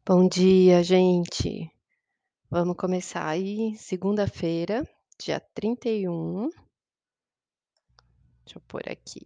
Bom dia, gente. Vamos começar aí, segunda-feira, dia 31. Deixa eu pôr aqui.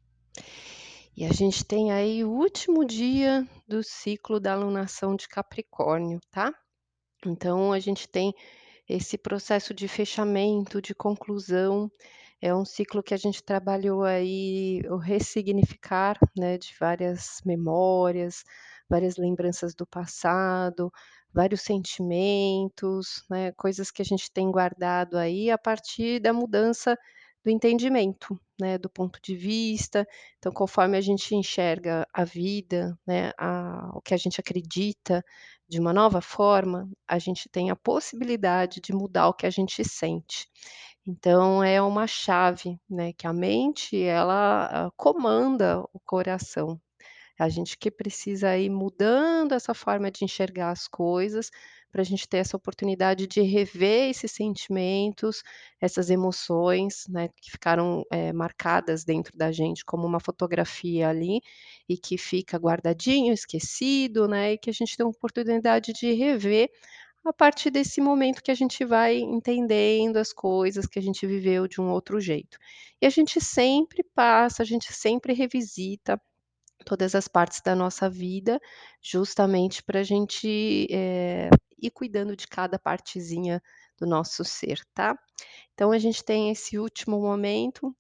E a gente tem aí o último dia do ciclo da alunação de Capricórnio, tá? Então a gente tem esse processo de fechamento, de conclusão, é um ciclo que a gente trabalhou aí o ressignificar, né, de várias memórias, várias lembranças do passado, vários sentimentos, né, coisas que a gente tem guardado aí a partir da mudança do entendimento, né, do ponto de vista. Então, conforme a gente enxerga a vida, né, o que a gente acredita de uma nova forma, a gente tem a possibilidade de mudar o que a gente sente. Então é uma chave, né, que a mente ela, comanda o coração. A gente que precisa ir mudando essa forma de enxergar as coisas, para a gente ter essa oportunidade de rever esses sentimentos, essas emoções, né, que ficaram, marcadas dentro da gente como uma fotografia ali, e que fica guardadinho, esquecido, né, e que a gente tem a oportunidade de rever a partir desse momento que a gente vai entendendo as coisas que a gente viveu de um outro jeito. E a gente sempre passa, a gente sempre revisita todas as partes da nossa vida, justamente para a gente, ir cuidando de cada partezinha do nosso ser, tá. Então a gente tem esse último momento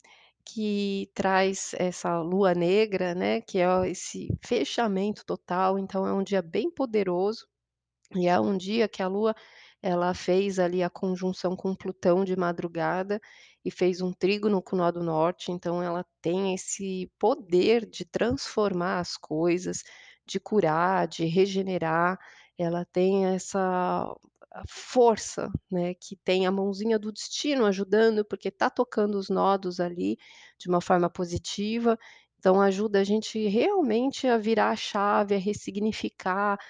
que traz essa lua negra, né, que é esse fechamento total, então é um dia bem poderoso, e é um dia que a Lua, ela fez ali a conjunção com Plutão de madrugada e fez um trígono com o nó do norte, então ela tem esse poder de transformar as coisas, de curar, de regenerar, ela tem essa a força, né, que tem a mãozinha do destino ajudando, porque está tocando os nodos ali de uma forma positiva, então ajuda a gente realmente a virar a chave, a ressignificar,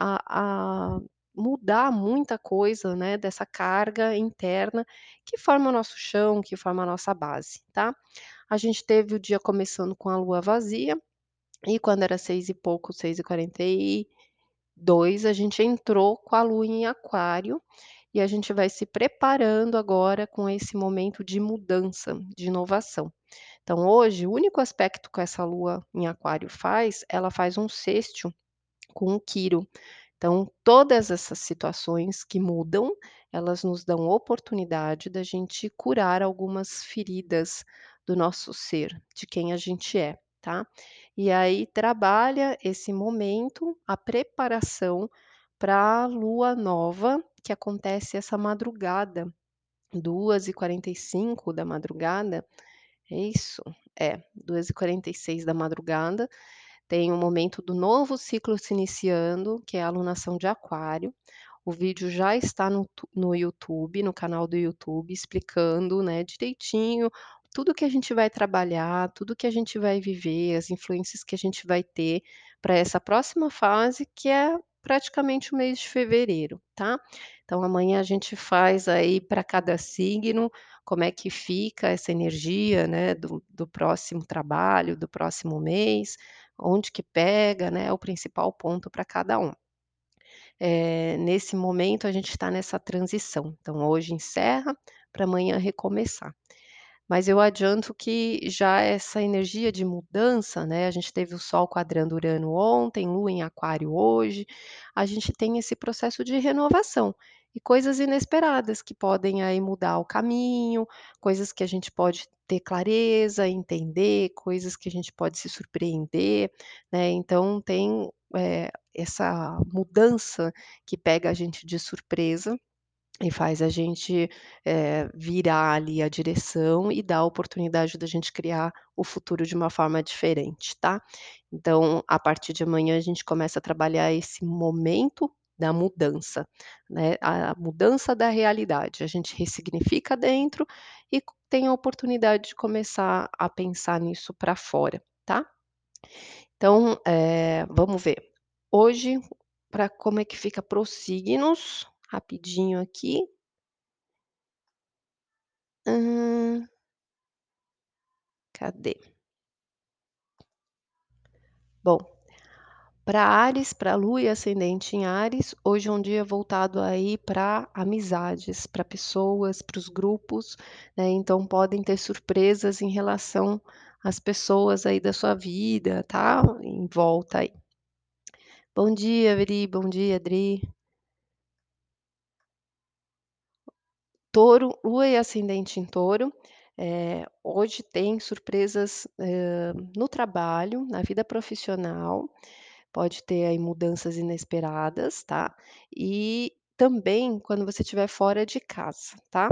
a mudar muita coisa, né, dessa carga interna que forma o nosso chão, que forma a nossa base, tá. A gente teve o dia começando com a lua vazia, e quando era 6 e pouco, 6h42, a gente entrou com a lua em aquário, e a gente vai se preparando agora com esse momento de mudança, de inovação. Então hoje, o único aspecto que essa lua em aquário faz, ela faz um sextil com o Quiro. Então, todas essas situações que mudam, elas nos dão oportunidade da gente curar algumas feridas do nosso ser, de quem a gente é, tá. E aí trabalha esse momento, a preparação para a lua nova, que acontece essa madrugada, 2h45 da madrugada, é isso? É, 2h46 da madrugada, tem o momento do novo ciclo se iniciando, que é a alunação de aquário. O vídeo já está no YouTube, no canal do YouTube, explicando, né, direitinho tudo que a gente vai trabalhar, tudo que a gente vai viver, as influências que a gente vai ter para essa próxima fase, que é praticamente o mês de fevereiro, tá. Então amanhã a gente faz aí para cada signo, como é que fica essa energia, né, do próximo trabalho, do próximo mês, onde que pega, né, é o principal ponto para cada um. Nesse momento a gente está nessa transição, então hoje encerra, para amanhã recomeçar. Mas eu adianto que já essa energia de mudança, né, a gente teve o Sol quadrando Urano ontem, Lua em Aquário hoje, a gente tem esse processo de renovação, e coisas inesperadas que podem aí mudar o caminho, coisas que a gente pode ter clareza, entender, coisas que a gente pode se surpreender, né, então tem, essa mudança que pega a gente de surpresa, e faz a gente, virar ali a direção e dar a oportunidade da gente criar o futuro de uma forma diferente, tá. Então, a partir de amanhã a gente começa a trabalhar esse momento da mudança, né, a mudança da realidade, a gente ressignifica dentro e tem a oportunidade de começar a pensar nisso para fora, tá. Então, vamos ver. Hoje, para como é que fica para os signos, rapidinho aqui. Hã, cadê? Bom, Para Áries, para Lua e ascendente em Áries, hoje é um dia voltado aí para amizades, para pessoas, para os grupos, né, então podem ter surpresas em relação às pessoas aí da sua vida, tá, em volta aí. Bom dia, Veri, bom dia, Adri. Touro, Lua e ascendente em Touro, hoje tem surpresas, no trabalho, na vida profissional, pode ter aí mudanças inesperadas, tá. E também quando você estiver fora de casa, tá.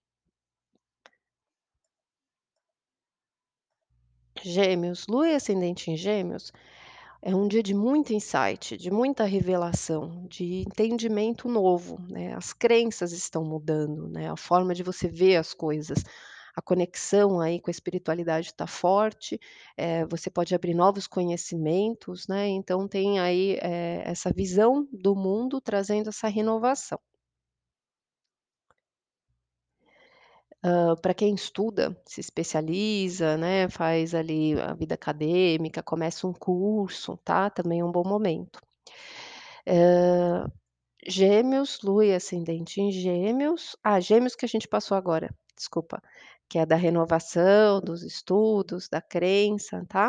Gêmeos, Lua e ascendente em Gêmeos, é um dia de muito insight, de muita revelação, de entendimento novo, né, as crenças estão mudando, né, a forma de você ver as coisas, a conexão aí com a espiritualidade está forte, você pode abrir novos conhecimentos, né, então tem aí, essa visão do mundo trazendo essa renovação. Para quem estuda, se especializa, né, faz ali a vida acadêmica, começa um curso, tá, também é um bom momento. Hã, Gêmeos, Lua e ascendente em Gêmeos, Gêmeos que a gente passou agora, desculpa, que é da renovação, dos estudos, da crença, tá.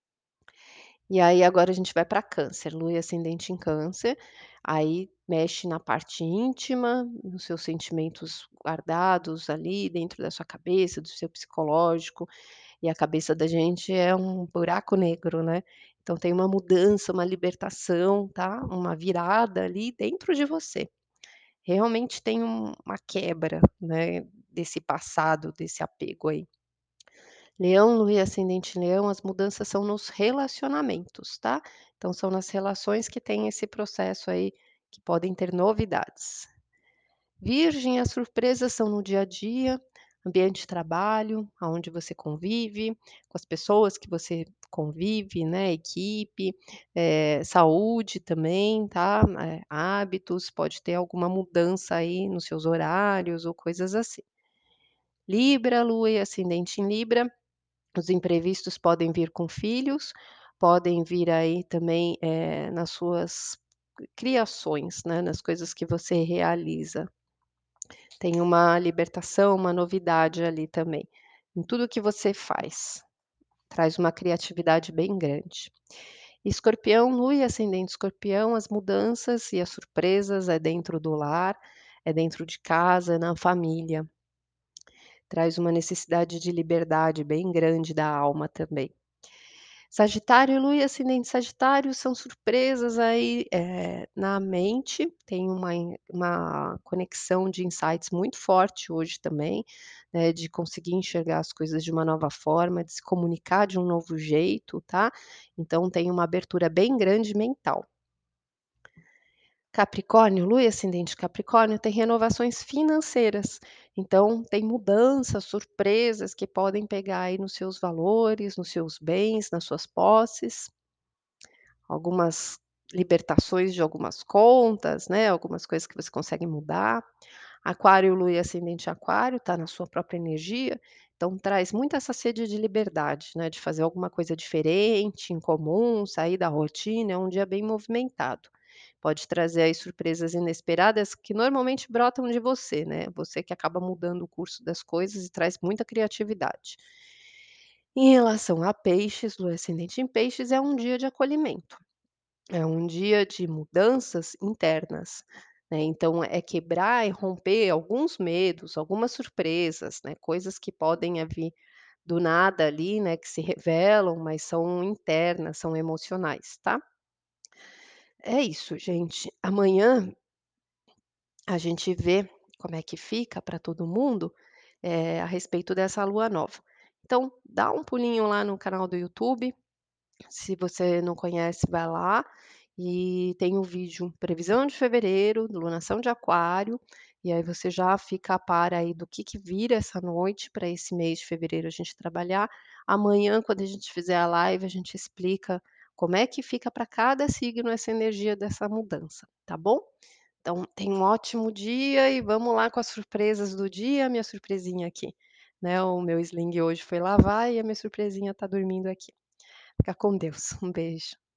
E aí agora a gente vai para Câncer, Lua e ascendente em Câncer, aí mexe na parte íntima, nos seus sentimentos guardados ali dentro da sua cabeça, do seu psicológico, e a cabeça da gente é um buraco negro, né. Então tem uma mudança, uma libertação, tá, uma virada ali dentro de você. Realmente tem uma quebra, né, desse passado, desse apego aí. Leão, Lua e ascendente em Leão, as mudanças são nos relacionamentos, tá. Então são nas relações que tem esse processo aí, que podem ter novidades. Virgem, as surpresas são no dia a dia, ambiente de trabalho, aonde você convive, com as pessoas que você convive, né, equipe, saúde também, tá, hábitos, pode ter alguma mudança aí nos seus horários ou coisas assim. Libra, Lua e ascendente em Libra, os imprevistos podem vir com filhos, podem vir aí também, nas suas criações, né, nas coisas que você realiza. Tem uma libertação, uma novidade ali também, em tudo que você faz, traz uma criatividade bem grande. Escorpião, Lua e ascendente Escorpião, as mudanças e as surpresas é dentro do lar, é dentro de casa, é na família. Traz uma necessidade de liberdade bem grande da alma também. Sagitário, Lua e ascendente Sagitário são surpresas aí, na mente, tem uma conexão de insights muito forte hoje também, né, de conseguir enxergar as coisas de uma nova forma, de se comunicar de um novo jeito, tá. Então tem uma abertura bem grande mental. Capricórnio, Lua e ascendente Capricórnio tem renovações financeiras, então tem mudanças, surpresas que podem pegar aí nos seus valores, nos seus bens, nas suas posses, algumas libertações de algumas contas, né, algumas coisas que você consegue mudar. Aquário, Lua e ascendente Aquário, está na sua própria energia, então traz muito essa sede de liberdade, né, de fazer alguma coisa diferente, incomum, sair da rotina, é um dia bem movimentado. Pode trazer aí surpresas inesperadas que normalmente brotam de você, né, você que acaba mudando o curso das coisas e traz muita criatividade. Em relação a Peixes, Lua ascendente em Peixes, é um dia de acolhimento. É um dia de mudanças internas, né, então é quebrar e romper alguns medos, algumas surpresas, né, coisas que podem vir do nada ali, né, que se revelam, mas são internas, são emocionais, tá. É isso, gente. Amanhã a gente vê como é que fica para todo mundo, a respeito dessa lua nova. Então, dá um pulinho lá no canal do YouTube. Se você não conhece, vai lá e tem o vídeo previsão de fevereiro, lunação de aquário, e aí você já fica a par aí do que vira essa noite para esse mês de fevereiro a gente trabalhar. Amanhã, quando a gente fizer a live, a gente explica como é que fica para cada signo essa energia dessa mudança, tá bom? Então, tenha um ótimo dia e vamos lá com as surpresas do dia, minha surpresinha aqui, né, o meu sling hoje foi lavar e a minha surpresinha está dormindo aqui. Fica com Deus. Um beijo.